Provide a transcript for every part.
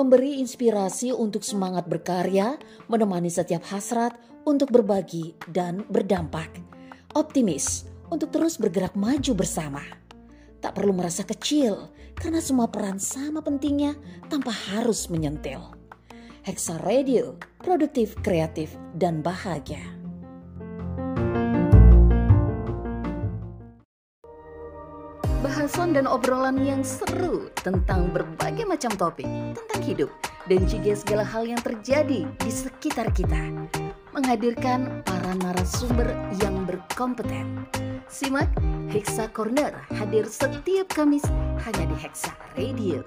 memberi inspirasi untuk semangat berkarya, menemani setiap hasrat untuk berbagi dan berdampak. Optimis untuk terus bergerak maju bersama. Tak perlu merasa kecil karena semua peran sama pentingnya tanpa harus menyentil. Hexa Radio, produktif, kreatif, dan bahagia. Bahasan dan obrolan yang seru tentang berbagai macam topik tentang hidup dan juga segala hal yang terjadi di sekitar kita. Menghadirkan para narasumber yang berkompeten. Simak Hexa Corner hadir setiap Kamis hanya di Hexa Radio.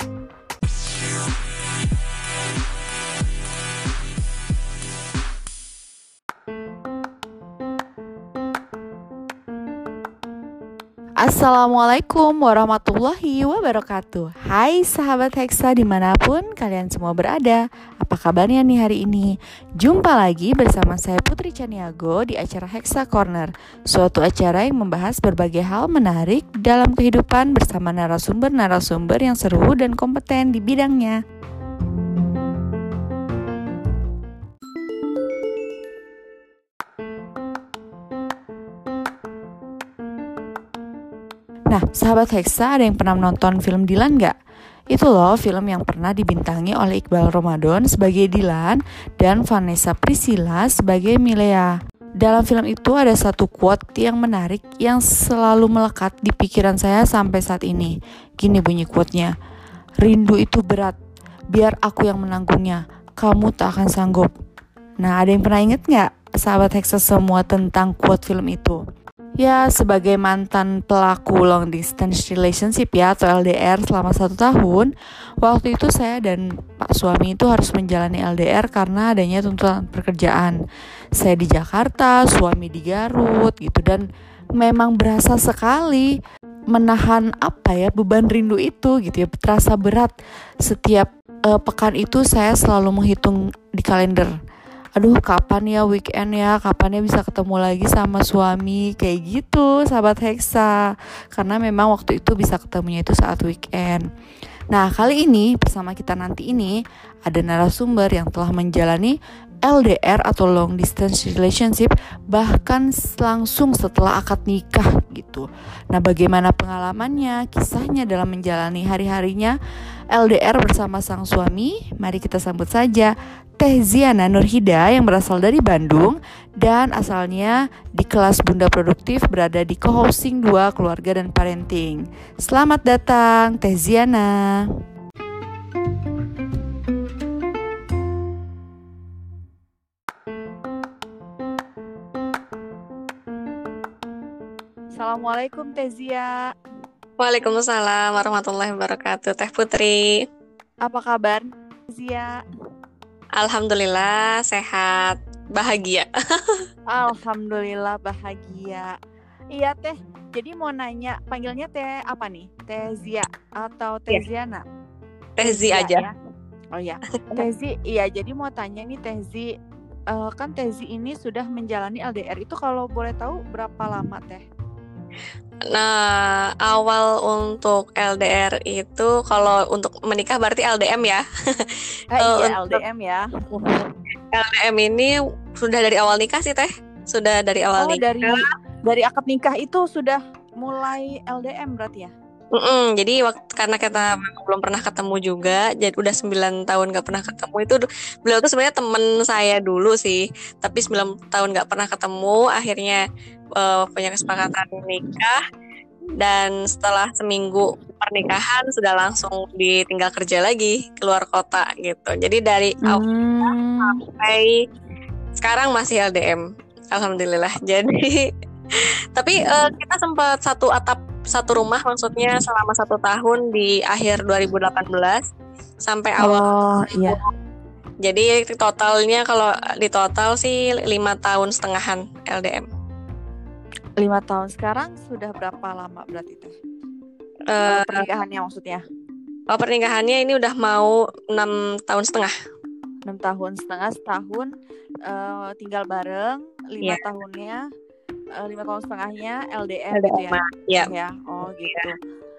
Assalamualaikum warahmatullahi wabarakatuh. Hai sahabat Hexa dimanapun kalian semua berada. Apa kabarnya nih hari ini? Jumpa lagi bersama saya Putri Caniago di acara Hexa Corner, suatu acara yang membahas berbagai hal menarik dalam kehidupan bersama narasumber-narasumber yang seru dan kompeten di bidangnya. Nah, sahabat Hexa, ada yang pernah menonton film Dilan nggak? Itu loh film yang pernah dibintangi oleh Iqbal Ramadan sebagai Dilan dan Vanessa Priscilla sebagai Milea. Dalam film itu ada satu quote yang menarik yang selalu melekat di pikiran saya sampai saat ini. Gini bunyi quote-nya, "Rindu itu berat, biar aku yang menanggungnya, kamu tak akan sanggup." Nah, ada yang pernah inget nggak sahabat Hexa semua tentang quote film itu? Ya, sebagai mantan pelaku long distance relationship ya atau LDR selama 1 tahun, waktu itu saya dan Pak suami itu harus menjalani LDR karena adanya tuntutan pekerjaan. Saya di Jakarta, suami di Garut gitu, dan memang berasa sekali menahan beban rindu itu gitu ya, terasa berat. Setiap pekan itu saya selalu menghitung di kalender. Aduh, kapan ya weekend ya, kapan ya bisa ketemu lagi sama suami, kayak gitu sahabat Hexa. Karena memang waktu itu bisa ketemunya itu saat weekend. Nah, kali ini bersama kita nanti ini ada narasumber yang telah menjalani LDR atau long distance relationship bahkan langsung setelah akad nikah gitu. Nah, bagaimana pengalamannya, kisahnya dalam menjalani hari-harinya LDR bersama sang suami? Mari kita sambut saja Teh Ziana Nurhida yang berasal dari Bandung dan asalnya di kelas Bunda Produktif berada di co-housing 2 keluarga dan parenting. Selamat datang Teh Ziana. Assalamualaikum Teh Zia. Waalaikumsalam warahmatullahi wabarakatuh. Teh Putri, Apa kabar Zia? alhamdulillah sehat, bahagia. Alhamdulillah bahagia. Iya Teh, jadi mau nanya, panggilnya Teh apa nih? Teh Zia atau Teh Ziana? Teh Zi aja. Ya? Oh ya, Teh Zi, iya jadi mau tanya nih Teh Zi, kan Teh Zi ini sudah menjalani LDR itu kalau boleh tahu berapa lama Teh? Nah, awal untuk LDR itu kalau untuk menikah berarti LDM ya. Iya Untuk LDM ya. LDM ini sudah dari awal nikah sih Teh. Sudah dari awal nikah. Dari akad nikah itu sudah mulai LDM berarti ya? Jadi karena kita memang belum pernah ketemu juga, jadi udah 9 tahun gak pernah ketemu. Itu beliau tuh sebenarnya temen saya dulu sih, tapi 9 tahun gak pernah ketemu. Akhirnya punya kesepakatan nikah, dan setelah seminggu pernikahan sudah langsung ditinggal kerja lagi keluar kota gitu. Jadi dari awal sampai sekarang masih LDM, alhamdulillah. Jadi tapi kita sempat satu atap satu rumah, maksudnya selama 1 tahun di akhir 2018 sampai awal. Iya. Jadi totalnya kalau di total sih 5 tahun setengahan LDM. 5 tahun. Sekarang sudah berapa lama berarti Teh? Pernikahannya maksudnya? Pernikahannya ini udah mau 6 tahun setengah. 6 tahun setengah, setahun tinggal bareng, 5 tahunnya 5 tahun setengahnya LDM gitu ya? Iya. Ya, oh gitu.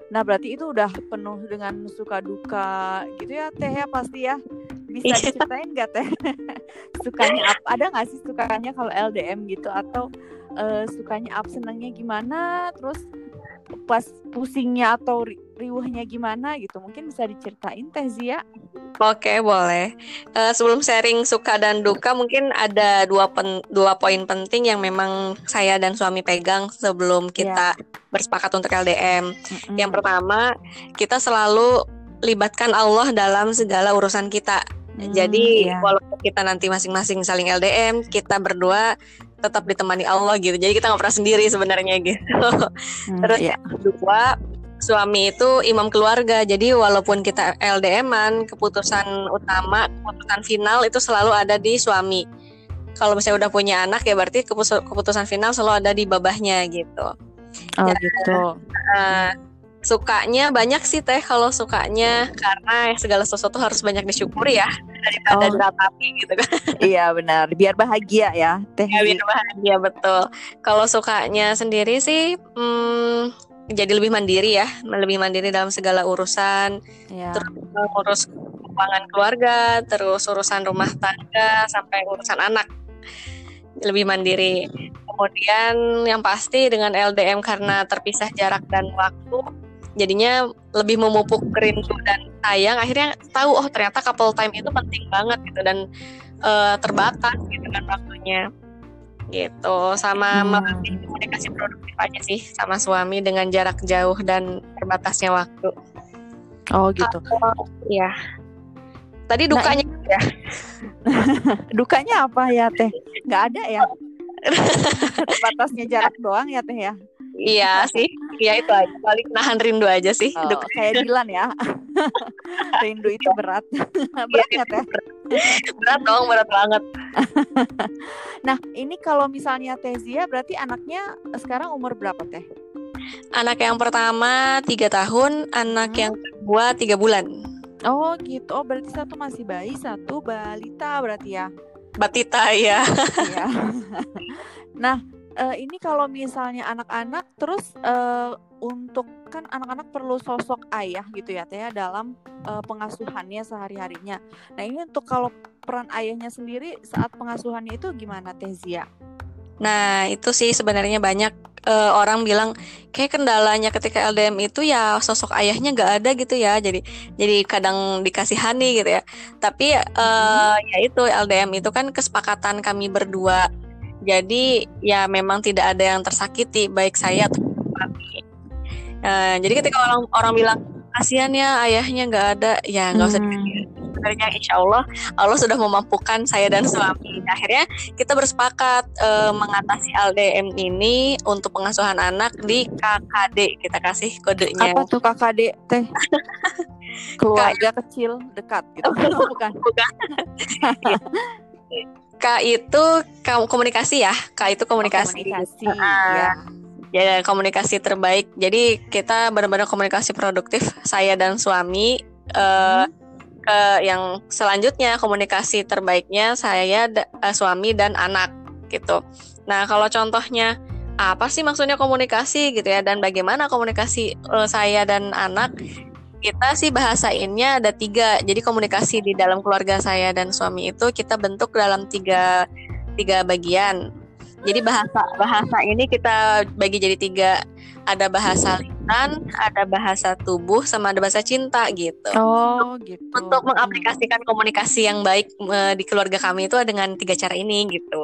Nah, berarti itu udah penuh dengan suka duka gitu ya Teh ya pasti ya. Bisa Iya. diceritain nggak Teh? Sukanya apa? Ada nggak sih sukanya kalau LDM gitu, atau sukanya apa, senangnya gimana? Terus pas pusingnya atau riuhnya gimana gitu? Mungkin bisa diceritain Teh Zia. Oke, boleh. Sebelum sharing suka dan duka, mungkin ada dua poin penting yang memang saya dan suami pegang sebelum kita bersepakat untuk LDM. Yang pertama, kita selalu libatkan Allah dalam segala urusan kita. Jadi walaupun kita nanti masing-masing saling LDM, kita berdua tetap ditemani Allah gitu. Jadi kita nggak pernah sendiri sebenarnya gitu. Terus yang kedua, suami itu imam keluarga. Jadi walaupun kita LDM-an, keputusan utama, keputusan final itu selalu ada di suami. Kalau misalnya udah punya anak ya berarti keputusan final selalu ada di babahnya gitu. Gitu. Sukanya banyak sih Teh, kalau sukanya karena segala sesuatu harus banyak disyukuri ya daripada diratapi gitu kan. Iya benar, biar bahagia ya Teh. Ya, biar bahagia, betul. Kalau sukanya sendiri sih jadi lebih mandiri ya, lebih mandiri dalam segala urusan, terus urus keuangan keluarga, terus urusan rumah tangga sampai urusan anak, lebih mandiri. Kemudian yang pasti dengan LDM karena terpisah jarak dan waktu, jadinya lebih memupuk rindu dan sayang. Akhirnya tahu ternyata couple time itu penting banget gitu, dan terbatas gitu kan waktunya. Gitu, sama melatih komunikasi produktif aja sih sama suami dengan jarak jauh dan terbatasnya waktu. Oh gitu. Iya. Tadi dukanya ya. Dukanya apa ya Teh? Nggak ada ya? Terbatasnya jarak doang ya Teh ya? Iya sih, iya itu aja. Paling nahan rindu aja sih. Kayak Dilan ya. Rindu itu berat. Berat nggak Teh? Berat dong, berat banget. Nah, ini kalau misalnya Teh Zia, berarti anaknya sekarang umur berapa Teh? Anak yang pertama 3 tahun, anak yang kedua 3 bulan. Oh gitu, berarti satu masih bayi, satu balita berarti ya? Batita ya. Iya. Nah, ini kalau misalnya anak-anak, terus untuk kan anak-anak perlu sosok ayah gitu ya Teh ya, dalam pengasuhannya sehari-harinya. Nah ini untuk kalau peran ayahnya sendiri saat pengasuhannya itu gimana Teh Zia? Nah itu sih sebenarnya banyak orang bilang kayak kendalanya ketika LDM itu ya sosok ayahnya nggak ada gitu ya, jadi kadang dikasihani gitu ya. Tapi ya itu LDM itu kan kesepakatan kami berdua. Jadi ya memang tidak ada yang tersakiti, baik saya atau suami. Jadi ketika orang bilang kasihan ya ayahnya nggak ada, ya nggak usah dikasih. Sebenarnya insya Allah sudah memampukan saya dan suami. Akhirnya kita bersepakat mengatasi LDM ini untuk pengasuhan anak di KKD. Kita kasih kodenya. Apa tuh KKD Teh? Keluarga kecil dekat gitu. Bukan. K itu komunikasi ya. K itu komunikasi. Ya, komunikasi terbaik. Jadi kita benar-benar komunikasi produktif saya dan suami. Yang selanjutnya komunikasi terbaiknya saya, suami dan anak gitu. Nah kalau contohnya apa sih maksudnya komunikasi gitu ya, dan bagaimana komunikasi saya dan anak, kita sih bahasainnya ada 3. Jadi komunikasi di dalam keluarga saya dan suami itu kita bentuk dalam tiga bagian. Jadi bahasa ini kita bagi jadi 3. Ada bahasa lisan, ada bahasa tubuh, sama ada bahasa cinta gitu. Oh gitu. Untuk mengaplikasikan komunikasi yang baik di keluarga kami itu dengan 3 cara ini gitu.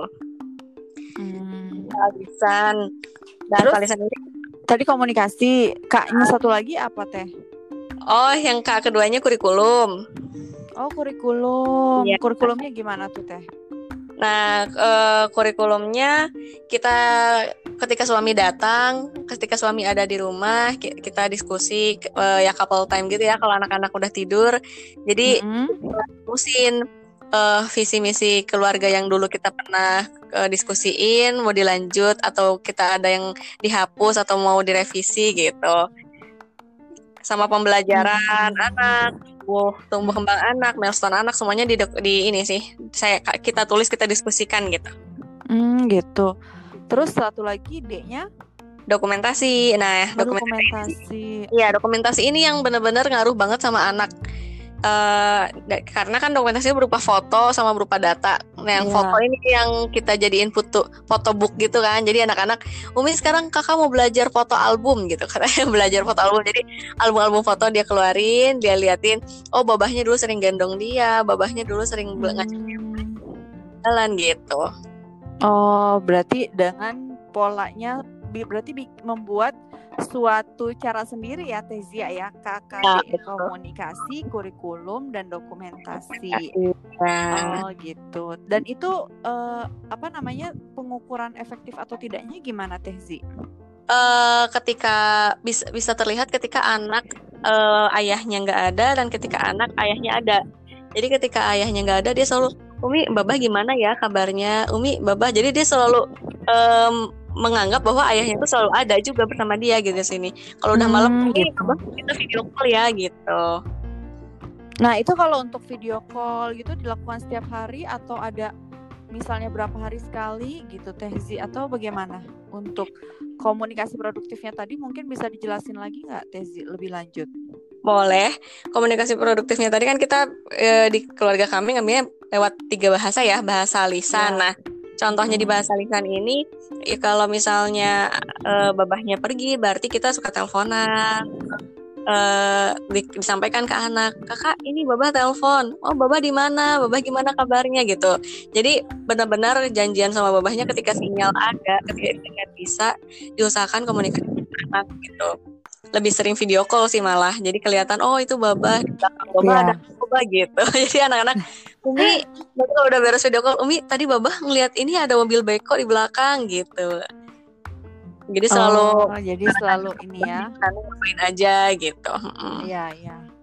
Lisan dan lisan ini. Tadi komunikasi, Kak-nya satu lagi apa Teh? Oh, yang Kak keduanya kurikulum. Oh, kurikulum. Ya. Kurikulumnya gimana tuh Teh? Nah, kurikulumnya kita ketika suami datang, ketika suami ada di rumah, kita diskusi ya couple time gitu ya kalau anak-anak udah tidur. Jadi diskusin visi misi keluarga yang dulu kita pernah diskusiin, mau dilanjut atau kita ada yang dihapus atau mau direvisi gitu. Sama pembelajaran anak, tumbuh kembang anak, milestone anak, semuanya di ini sih. Kita tulis, kita diskusikan gitu. Gitu. Terus satu lagi D-nya? dokumentasi. Nah, Dokumentasi. dokumentasi ini yang benar-benar ngaruh banget sama anak. Karena kan dokumentasinya berupa foto sama berupa data. Nah, yang foto ini yang kita jadiin foto book gitu kan. Jadi anak-anak, Umi sekarang kakak mau belajar foto album gitu. Katanya belajar foto album. Jadi album-album foto dia keluarin, dia liatin. Oh, babahnya dulu sering gendong dia, babahnya dulu sering ngajak jalan gitu. Oh, berarti dengan polanya berarti membuat suatu cara sendiri ya Tezia ya, KKD komunikasi, kurikulum dan dokumentasi. Oh gitu. Dan itu pengukuran efektif atau tidaknya gimana Tezi? Ketika bisa terlihat ketika anak ayahnya nggak ada dan ketika anak ayahnya ada. Jadi ketika ayahnya nggak ada dia selalu, Umi babah gimana ya kabarnya, Umi babah. Jadi dia selalu menganggap bahwa ayahnya itu selalu ada juga bersama dia gitu sini. Kalau udah malam gitu, kita video call ya gitu. Nah itu kalau untuk video call gitu dilakukan setiap hari atau ada misalnya berapa hari sekali gitu Tezi, atau bagaimana untuk komunikasi produktifnya tadi? Mungkin bisa dijelasin lagi nggak Tezi lebih lanjut? Boleh. Komunikasi produktifnya tadi kan kita di keluarga kami ngambilnya lewat 3 bahasa ya, bahasa lisan. Nah, contohnya di bahasa lisan ini, ya kalau misalnya babahnya pergi, berarti kita suka teleponan. Disampaikan ke anak, kakak ini babah telepon, oh babah di mana, babah gimana kabarnya gitu. Jadi benar-benar janjian sama babahnya ketika sinyal ada, ketika internet bisa, diusahakan komunikasi dengan anak gitu. Lebih sering video call sih malah, jadi kelihatan oh itu babah di belakang babah ada babah gitu. Jadi anak-anak, Umi kalau udah beres video call, Umi tadi babah ngeliat ini ada mobil beko di belakang gitu. Jadi selalu ini ya, ngapain aja gitu. Iya.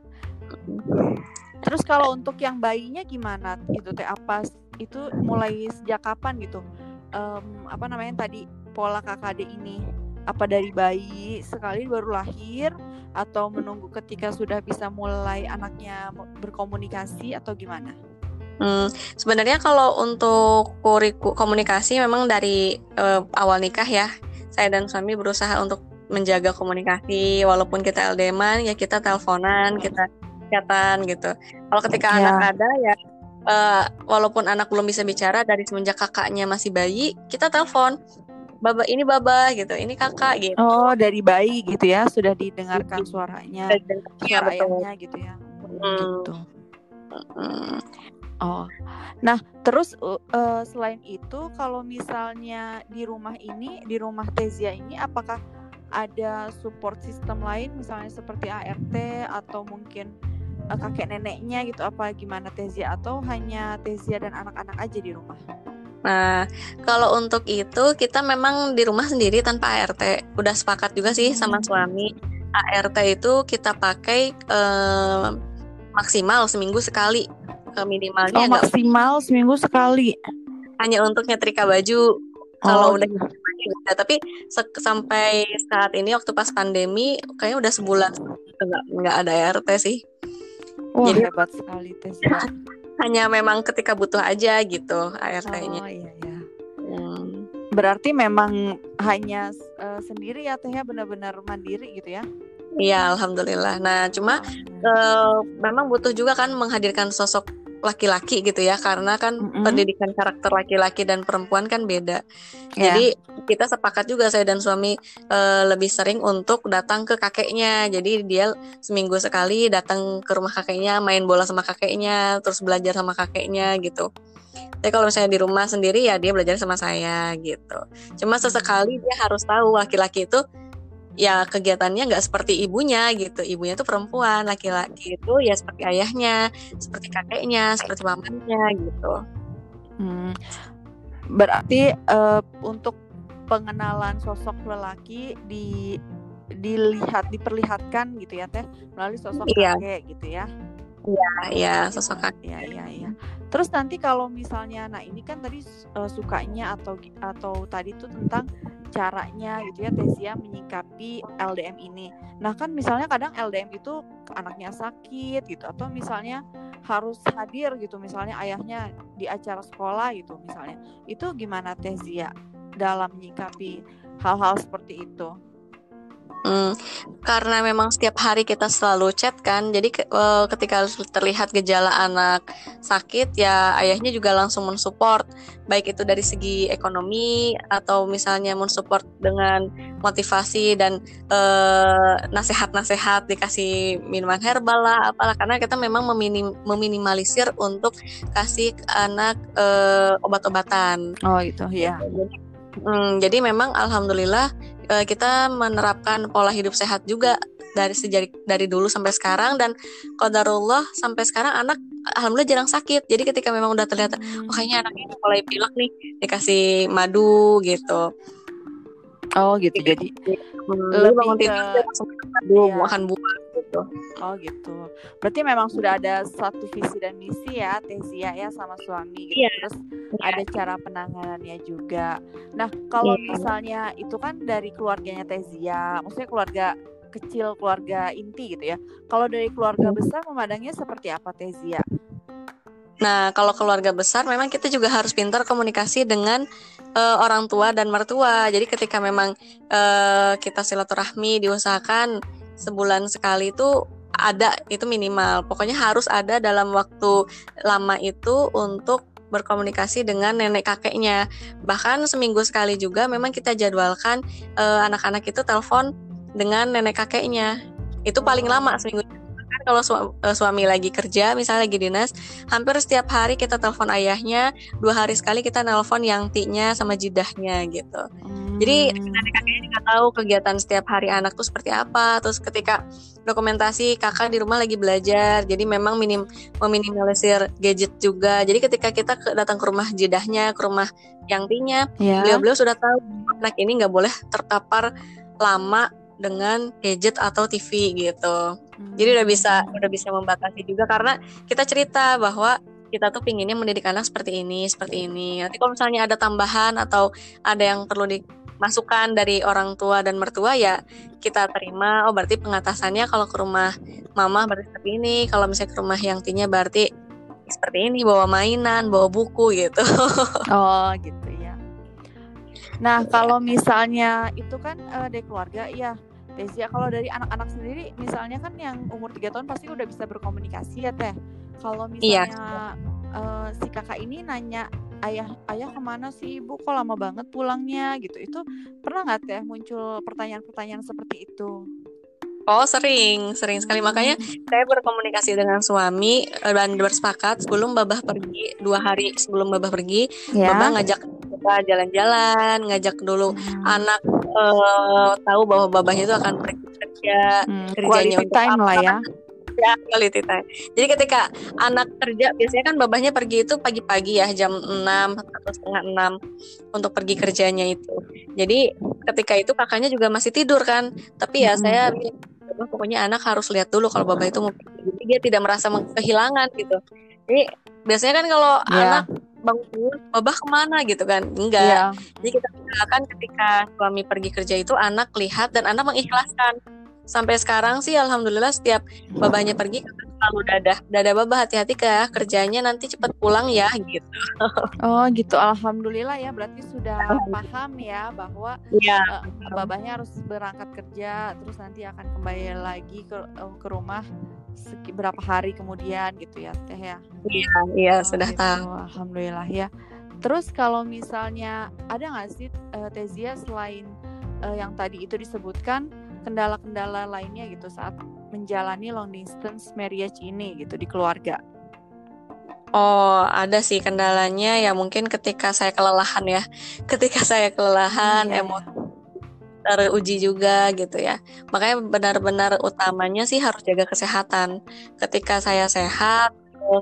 Terus kalau untuk yang bayinya gimana gitu teh? Apa itu mulai sejak kapan gitu? Tadi pola KKD ini? Apa dari bayi sekali baru lahir atau menunggu ketika sudah bisa mulai anaknya berkomunikasi atau gimana? Sebenarnya kalau untuk komunikasi memang dari awal nikah ya, saya dan suami berusaha untuk menjaga komunikasi walaupun kita LDM-an ya, kita teleponan, kita chatan gitu. Kalau ketika anak ada ya walaupun anak belum bisa bicara, dari semenjak kakaknya masih bayi kita telepon. Baba ini baba gitu, ini kakak gitu. Oh, dari bayi gitu ya, sudah didengarkan suaranya, suara ayahnya gitu ya. Gitu. Oh, nah terus selain itu kalau misalnya di rumah Tezia ini, apakah ada support system lain misalnya seperti ART atau mungkin kakek neneknya gitu, apa gimana Tezia, atau hanya Tezia dan anak-anak aja di rumah? Nah, kalau untuk itu kita memang di rumah sendiri tanpa ART. Udah sepakat juga sih sama suami. ART itu kita pakai maksimal seminggu sekali. Minimalnya maksimal seminggu sekali. Hanya untuk nyetrika baju. Kalau udah gitu. Tapi sampai saat ini waktu pas pandemi kayaknya udah sebulan nggak ada ART sih. Wah, jadi hebat sekali Tezia. Hanya memang ketika butuh aja gitu ART-nya. Oh iya. Berarti memang hanya sendiri ya Teh ya, benar-benar mandiri gitu ya? Iya, alhamdulillah. Nah, cuma memang butuh juga kan menghadirkan sosok laki-laki gitu ya, karena kan pendidikan karakter laki-laki dan perempuan kan beda. Jadi kita sepakat juga, saya dan suami lebih sering untuk datang ke kakeknya. Jadi dia seminggu sekali datang ke rumah kakeknya, main bola sama kakeknya, terus belajar sama kakeknya gitu. Tapi kalau misalnya di rumah sendiri ya dia belajar sama saya gitu. Cuma sesekali dia harus tahu laki-laki itu ya kegiatannya nggak seperti ibunya gitu. Ibunya itu perempuan, laki-laki itu ya seperti ayahnya, seperti kakeknya, seperti mamanya gitu. Berarti untuk pengenalan sosok lelaki diperlihatkan gitu ya Teh, melalui sosok kakek gitu ya. Iya, sosok kakek. Iya. Terus nanti kalau misalnya, nah ini kan tadi sukanya atau tadi tuh tentang caranya gitu ya Tezia menyikapi LDM ini. Nah kan misalnya kadang LDM itu anaknya sakit gitu, atau misalnya harus hadir gitu, misalnya ayahnya di acara sekolah gitu misalnya. Itu gimana Tezia dalam menyikapi hal-hal seperti itu? Karena memang setiap hari kita selalu chat kan, jadi ketika terlihat gejala anak sakit ya ayahnya juga langsung mensupport, baik itu dari segi ekonomi atau misalnya mensupport dengan motivasi dan nasihat-nasihat, dikasih minuman herbal lah apalah, karena kita memang meminimalisir untuk kasih anak obat-obatan. Oh gitu ya. Jadi memang alhamdulillah kita menerapkan pola hidup sehat juga dari dulu sampai sekarang, dan qadarullah sampai sekarang anak alhamdulillah jarang sakit. Jadi ketika memang udah terlihat kayaknya anaknya mulai pilek nih, dikasih madu gitu. Oh gitu. Jadi lebih ke makan buah gitu. Oh gitu. Berarti memang sudah ada satu visi dan misi ya Tezia ya sama suami gitu. Terus ada cara penanganannya juga. Nah, kalau misalnya itu kan dari keluarganya Tezia, maksudnya keluarga kecil, keluarga inti gitu ya. Kalau dari keluarga besar memandangnya seperti apa Tezia? Nah, kalau keluarga besar memang kita juga harus pintar komunikasi dengan orang tua dan mertua. Jadi ketika memang kita silaturahmi, diusahakan sebulan sekali itu ada, itu minimal. Pokoknya harus ada dalam waktu lama itu untuk berkomunikasi dengan nenek kakeknya. Bahkan seminggu sekali juga memang kita jadwalkan anak-anak itu telepon dengan nenek kakeknya. Itu paling lama seminggu. Kalau suami lagi kerja, misalnya lagi dinas, hampir setiap hari kita telepon ayahnya, 2 hari sekali kita nelpon yangtinya sama jidahnya gitu. Jadi nenek kakeknya juga tahu kegiatan setiap hari anak tuh seperti apa. Terus ketika dokumentasi kakak di rumah lagi belajar, jadi memang meminimalisir gadget juga. Jadi ketika kita datang ke rumah jidahnya, ke rumah yangtinya, beliau sudah tahu anak ini nggak boleh terpapar lama dengan gadget atau TV gitu. Jadi udah bisa membatasi juga, karena kita cerita bahwa kita tuh pinginnya mendidik anak seperti ini. Nanti kalau misalnya ada tambahan atau ada yang perlu dimasukkan dari orang tua dan mertua ya kita terima. Oh berarti pengatasannya kalau ke rumah mama berarti seperti ini, kalau misalnya ke rumah yangtinya berarti seperti ini, bawa mainan, bawa buku gitu. Oh gitu ya. Nah kalau misalnya itu kan dari keluarga ya Tezia, kalau dari anak-anak sendiri misalnya kan yang umur 3 tahun pasti udah bisa berkomunikasi ya Teh. Kalau misalnya si kakak ini nanya ayah kemana sih ibu, kok lama banget pulangnya gitu, itu pernah nggak Teh muncul pertanyaan-pertanyaan seperti itu? Oh sering sekali, makanya saya berkomunikasi dengan suami dan bersepakat sebelum Babah pergi, 2 hari sebelum Babah pergi, Babah ngajak kita jalan-jalan, ngajak dulu anak tahu bahwa Babahnya itu akan pergi kerja, kerjanya untuk time apa lah ya. Ya, quality time. Jadi ketika anak kerja biasanya kan babahnya pergi itu pagi-pagi ya, jam 6 atau setengah 6 untuk pergi kerjanya itu. Jadi ketika itu kakaknya juga masih tidur kan, tapi ya saya pokoknya anak harus lihat dulu kalau babah itu mau pergi. Jadi dia tidak merasa kehilangan gitu. Jadi biasanya kan kalau anak bangun, babah kemana gitu kan, enggak. Jadi kita usahakan ketika suami pergi kerja itu anak lihat dan anak mengikhlaskan. Sampai sekarang sih alhamdulillah setiap babahnya pergi selalu dadah babah, hati-hati ke kerjanya, nanti cepat pulang ya gitu. Oh gitu, alhamdulillah ya, berarti sudah paham ya bahwa babahnya harus berangkat kerja terus nanti akan kembali lagi ke rumah berapa hari kemudian gitu ya Teh ya. Iya sudah gitu, tahu. alhamdulillah ya. Terus kalau misalnya ada nggak sih Tezia selain yang tadi itu disebutkan, kendala-kendala lainnya gitu saat menjalani long distance marriage ini gitu di keluarga? Oh, ada sih kendalanya ya, mungkin ketika saya kelelahan ya. Ketika saya kelelahan, emosi teruji juga gitu ya. Makanya benar-benar utamanya sih harus jaga kesehatan. Ketika saya sehat,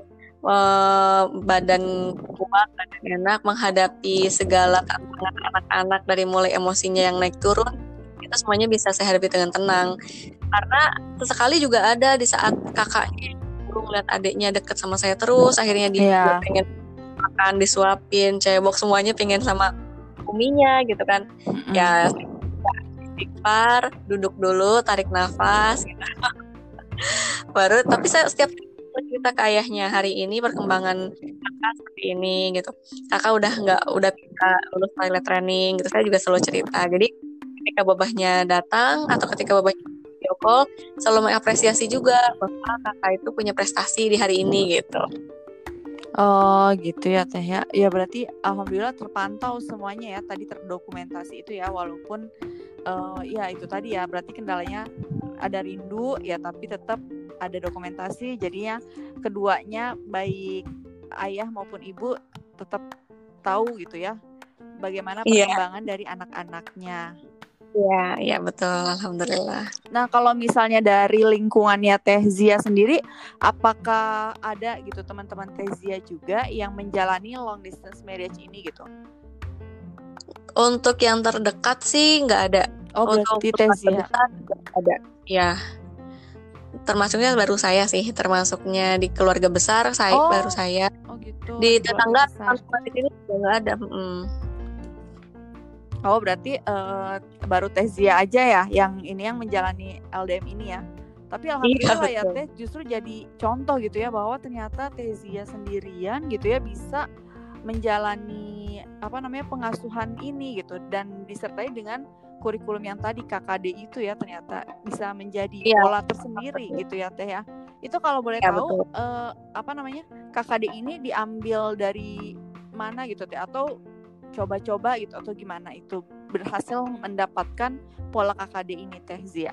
badan kuat, badan enak menghadapi segala tantangan anak-anak dari mulai emosinya yang naik turun, itu semuanya bisa saya hadapi dengan tenang. Karena sesekali juga ada di saat kakaknya ngeliat adiknya deket sama saya terus, akhirnya dia pengen makan, disuapin, cebok, semuanya pengen sama uminya gitu kan. Ya istighfar, duduk dulu, tarik nafas gitu. Baru, tapi saya setiap cerita ke ayahnya, hari ini perkembangan kakak seperti ini gitu, kakak udah bisa lulus pilot training gitu, saya juga selalu cerita. Jadi ketika babahnya datang atau ketika babahnya video call selalu mengapresiasi juga bahwa kakak itu punya prestasi di hari ini gitu. Oh gitu ya Teh ya. Ya berarti alhamdulillah terpantau semuanya ya, tadi terdokumentasi itu ya, walaupun ya itu tadi ya, berarti kendalanya ada rindu ya, tapi tetap ada dokumentasi, jadinya keduanya baik ayah maupun ibu tetap tahu gitu ya bagaimana perkembangan dari anak-anaknya. Iya betul, alhamdulillah. Nah kalau misalnya dari lingkungannya Teh Zia sendiri, apakah ada gitu teman-teman Teh Zia juga yang menjalani long distance marriage ini gitu? Untuk yang terdekat sih nggak ada. Oh berarti Teh Zia ada. Ya, termasuknya baru saya sih, termasuknya di keluarga besar saya baru saya. Oh gitu. Di tetangga di sini juga nggak ada. Oh berarti baru Teh Zia aja ya yang menjalani LDM ini ya. Tapi alhamdulillah ya Teh, justru jadi contoh gitu ya bahwa ternyata Teh Zia sendirian gitu ya bisa menjalani pengasuhan ini gitu, dan disertai dengan kurikulum yang tadi KKD itu ya, ternyata bisa menjadi pola tersendiri gitu ya Teh ya. Itu kalau boleh tahu KKD ini diambil dari mana gitu Teh, atau coba-coba gitu atau gimana itu berhasil mendapatkan pola KKD ini Teh Zia?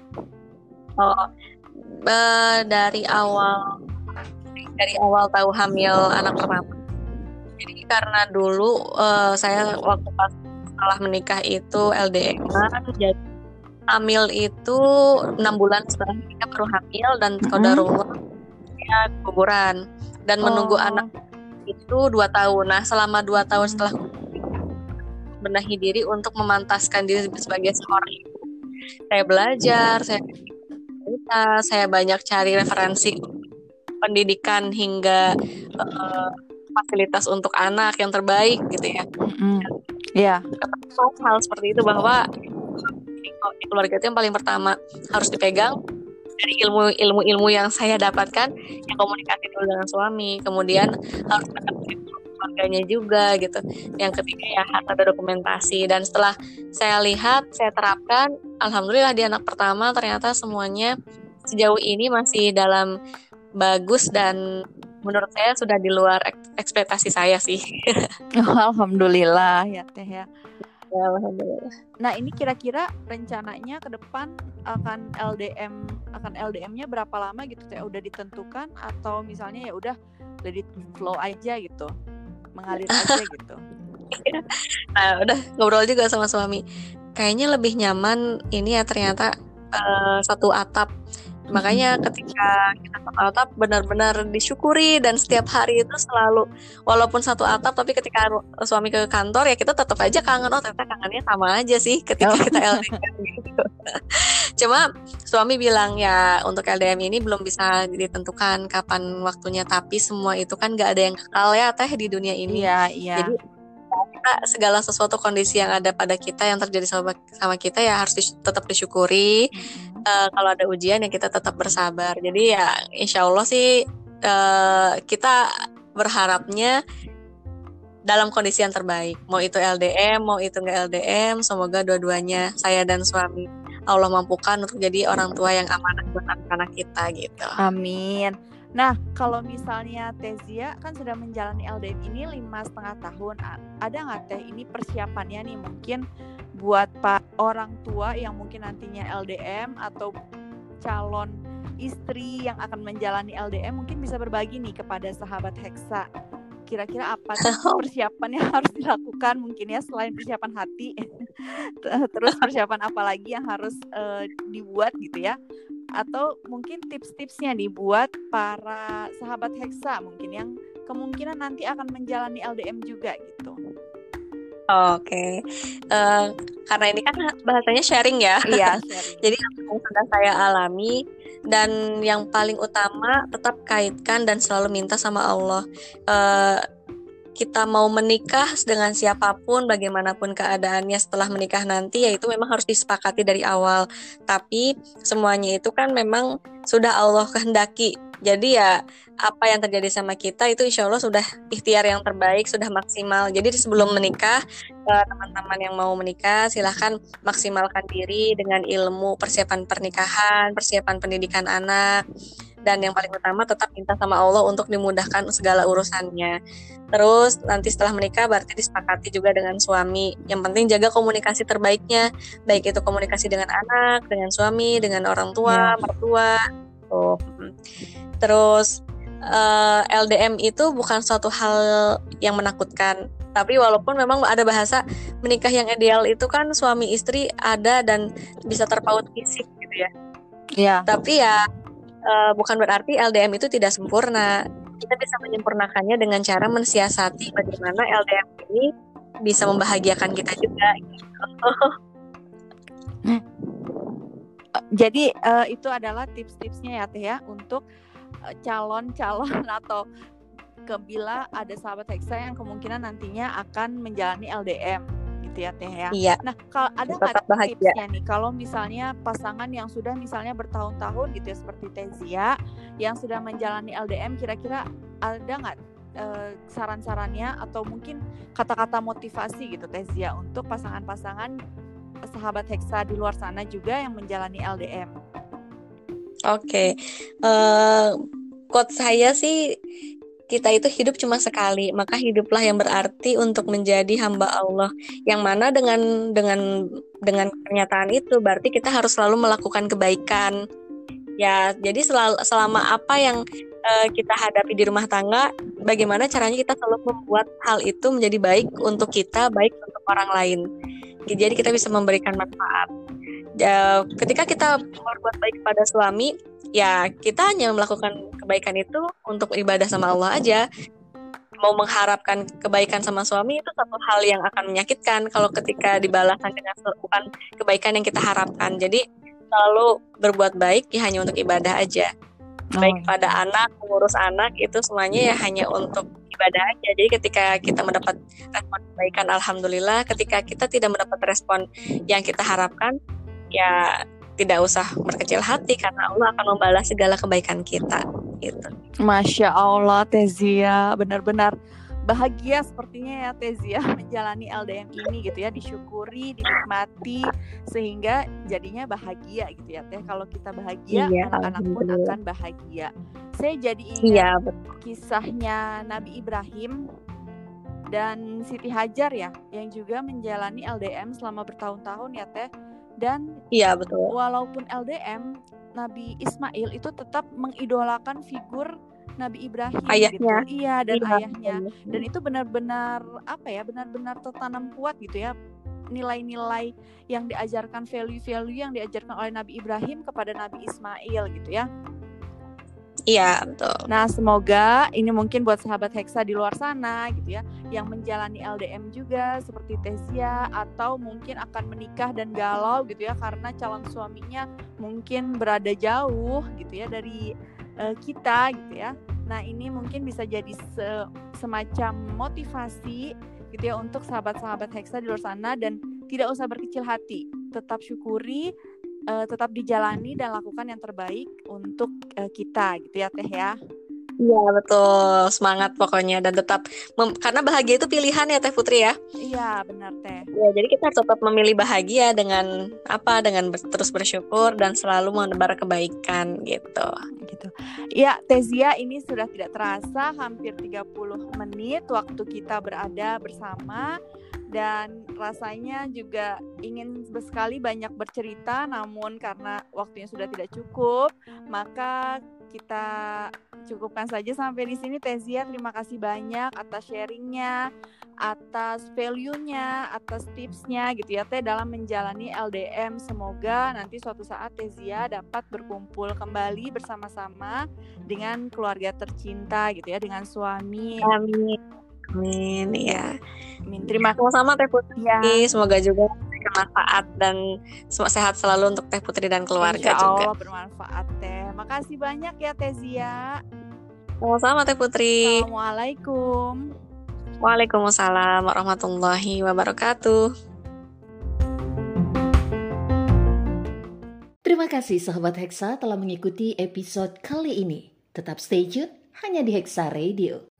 Dari awal tahu hamil anak pertama. Jadi karena dulu saya waktu pas setelah menikah itu LDM-an, jadi hamil itu 6 bulan setelah menikah baru hamil, dan qadarullah saya guguran dan menunggu anak itu 2 tahun. Nah selama 2 tahun setelah benahi diri untuk memantaskan diri sebagai seorang ibu, saya belajar, saya banyak cari referensi pendidikan hingga fasilitas untuk anak yang terbaik gitu ya. Hal seperti itu, bahwa di keluarga itu yang paling pertama harus dipegang dari ilmu yang saya dapatkan, yang komunikasi dulu dengan suami, kemudian harus keluarganya juga gitu. Yang ketiga ya harus ada dokumentasi, dan setelah saya lihat, saya terapkan, alhamdulillah di anak pertama ternyata semuanya sejauh ini masih dalam bagus, dan menurut saya sudah di luar ekspektasi saya sih. Alhamdulillah ya Teh ya. Alhamdulillah. Nah ini kira-kira rencananya ke depan akan LDM-nya berapa lama gitu Teh? Udah ditentukan atau misalnya ya udah let it flow aja gitu, mengalir aja gitu? Nah udah ngobrol juga sama suami, kayaknya lebih nyaman ini ya ternyata satu atap. Makanya ketika kita satu atap benar-benar disyukuri, dan setiap hari itu selalu, walaupun satu atap tapi ketika suami ke kantor ya kita tetap aja kangen. Ternyata kangennya sama aja sih ketika kita LDM gitu. Cuma suami bilang ya untuk LDM ini belum bisa ditentukan kapan waktunya, tapi semua itu kan gak ada yang kekal ya Teh di dunia ini. Iya. Jadi segala sesuatu kondisi yang ada pada kita, yang terjadi sama kita ya harus tetap disyukuri. Kalau ada ujian ya kita tetap bersabar. Jadi ya insya Allah sih kita berharapnya dalam kondisi yang terbaik. Mau itu LDM, mau itu nggak LDM, semoga dua-duanya saya dan suami Allah mampukan untuk jadi orang tua yang amanah buat anak-anak kita gitu. Amin. Nah, kalau misalnya Teh Zia kan sudah menjalani LDM ini 5,5 tahun, ada nggak Teh ini persiapannya nih mungkin buat orang tua yang mungkin nantinya LDM atau calon istri yang akan menjalani LDM, mungkin bisa berbagi nih kepada sahabat Hexa. Kira-kira apa sih persiapan yang harus dilakukan mungkin ya, selain persiapan hati, terus persiapan apa lagi yang harus dibuat gitu ya? Atau mungkin tips-tipsnya nih buat para sahabat Hexa mungkin yang kemungkinan nanti akan menjalani LDM juga gitu. Oke. Karena ini kan bahasanya sharing ya. Iya, sharing. Jadi apa yang sudah saya alami, dan yang paling utama tetap kaitkan dan selalu minta sama Allah. kita mau menikah dengan siapapun, bagaimanapun keadaannya setelah menikah nanti, ya itu memang harus disepakati dari awal. Tapi semuanya itu kan memang sudah Allah kehendaki. Jadi ya apa yang terjadi sama kita itu insya Allah sudah ikhtiar yang terbaik, sudah maksimal. Jadi sebelum menikah, teman-teman yang mau menikah silahkan maksimalkan diri dengan ilmu persiapan pernikahan, persiapan pendidikan anak. Dan yang paling utama tetap minta sama Allah untuk dimudahkan segala urusannya. Terus nanti setelah menikah berarti disepakati juga dengan suami. Yang penting jaga komunikasi terbaiknya, baik itu komunikasi dengan anak, dengan suami, dengan orang tua, mertua. Tuh. Terus LDM itu bukan suatu hal yang menakutkan. Tapi walaupun memang ada bahasa menikah yang ideal itu kan suami istri ada dan bisa terpaut fisik gitu ya. Iya. Tapi ya bukan berarti LDM itu tidak sempurna. Kita bisa menyempurnakannya dengan cara mensiasati bagaimana LDM ini bisa membahagiakan kita juga. Jadi itu adalah tips-tipsnya ya Teh ya untuk calon-calon atau bila ada sahabat Hexa yang kemungkinan nantinya akan menjalani LDM gitu ya Teh ya. Iya. Nah, kalau ada nggak tipsnya nih kalau misalnya pasangan yang sudah misalnya bertahun-tahun gitu ya seperti Teh Zia yang sudah menjalani LDM, kira-kira ada nggak saran-sarannya atau mungkin kata-kata motivasi gitu Teh Zia untuk pasangan-pasangan sahabat Hexa di luar sana juga yang menjalani LDM? Oke. Quote saya sih, kita itu hidup cuma sekali, maka hiduplah yang berarti untuk menjadi hamba Allah. Yang mana dengan pernyataan itu berarti kita harus selalu melakukan kebaikan. Ya, jadi selama apa yang kita hadapi di rumah tangga, bagaimana caranya kita selalu membuat hal itu menjadi baik untuk kita, baik untuk orang lain. Jadi kita bisa memberikan manfaat. Ketika kita berbuat baik kepada suami, ya kita hanya melakukan kebaikan itu untuk ibadah sama Allah aja. Mau mengharapkan kebaikan sama suami itu satu hal yang akan menyakitkan kalau ketika dibalaskan dengan bukan kebaikan yang kita harapkan. Jadi selalu berbuat baik ya hanya untuk ibadah aja. Baik pada anak, mengurus anak itu semuanya ya hanya untuk ibadah aja. Jadi ketika kita mendapat respon kebaikan, alhamdulillah. Ketika kita tidak mendapat respon yang kita harapkan, ya tidak usah berkecil hati karena Allah akan membalas segala kebaikan kita gitu. Masya Allah Teh Zia, benar-benar bahagia sepertinya ya Teh Zia menjalani LDM ini gitu ya, disyukuri, dinikmati sehingga jadinya bahagia gitu ya Teh. Kalau kita bahagia, anak-anak pun akan bahagia. Saya jadi ingat kisahnya Nabi Ibrahim dan Siti Hajar ya, yang juga menjalani LDM selama bertahun-tahun ya Teh. Dan walaupun LDM, Nabi Ismail itu tetap mengidolakan figur Nabi Ibrahim, ayahnya. Gitu. Iya, dan ayahnya. Dan itu benar-benar benar-benar tertanam kuat gitu ya. Nilai-nilai yang diajarkan, value-value yang diajarkan oleh Nabi Ibrahim kepada Nabi Ismail gitu ya. Iya, betul. Nah, semoga ini mungkin buat sahabat Hexa di luar sana gitu ya, yang menjalani LDM juga seperti Teh Zia, atau mungkin akan menikah dan galau gitu ya karena calon suaminya mungkin berada jauh gitu ya dari kita gitu ya. Nah, ini mungkin bisa jadi semacam motivasi gitu ya untuk sahabat-sahabat Hexa di luar sana, dan tidak usah berkecil hati, tetap syukuri, tetap dijalani dan lakukan yang terbaik untuk kita gitu ya Teh ya. Iya betul, semangat pokoknya, dan tetap karena bahagia itu pilihan ya Teh Putri ya. Iya benar Teh. Ya, jadi kita harus tetap memilih bahagia dengan terus bersyukur dan selalu menebar kebaikan gitu. Ya Teh Zia, ini sudah tidak terasa hampir 30 menit waktu kita berada bersama. Dan rasanya juga ingin sekali banyak bercerita, namun karena waktunya sudah tidak cukup, maka kita cukupkan saja sampai di sini. Teh Zia, terima kasih banyak atas sharingnya, atas value-nya, atas tipsnya gitu ya Teh dalam menjalani LDM. Semoga nanti suatu saat Teh Zia dapat berkumpul kembali bersama-sama dengan keluarga tercinta gitu ya, dengan suami. Amin ya. Terima kasih sama Teh Putri. Ya. Semoga juga bermanfaat dan sehat selalu untuk Teh Putri dan keluarga Insya Allah juga. Bermanfaat Teh. Makasih banyak ya Teh Zia. Sama-sama Teh Putri. Assalamualaikum. Waalaikumsalam warahmatullahi wabarakatuh. Terima kasih sahabat Hexa telah mengikuti episode kali ini. Tetap stay tune hanya di Hexa Radio.